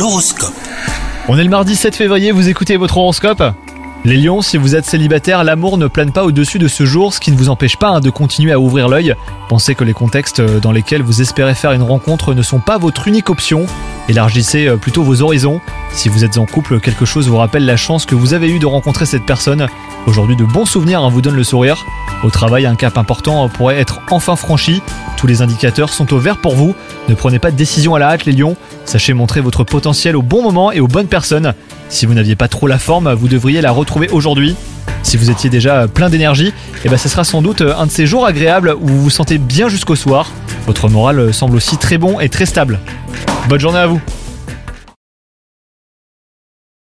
L'horoscope. On est le mardi 7 février, vous écoutez votre horoscope ? Les lions, si vous êtes célibataire, l'amour ne plane pas au-dessus de ce jour, ce qui ne vous empêche pas de continuer à ouvrir l'œil. Pensez que les contextes dans lesquels vous espérez faire une rencontre ne sont pas votre unique option. Élargissez plutôt vos horizons. Si vous êtes en couple, quelque chose vous rappelle la chance que vous avez eue de rencontrer cette personne. Aujourd'hui, de bons souvenirs vous donnent le sourire. Au travail, un cap important pourrait être enfin franchi. Tous les indicateurs sont au vert pour vous. Ne prenez pas de décision à la hâte, les lions. Sachez montrer votre potentiel au bon moment et aux bonnes personnes. Si vous n'aviez pas trop la forme, vous devriez la retrouver aujourd'hui. Si vous étiez déjà plein d'énergie, ce sera sans doute un de ces jours agréables où vous vous sentez bien jusqu'au soir. Votre moral semble aussi très bon et très stable. Bonne journée à vous.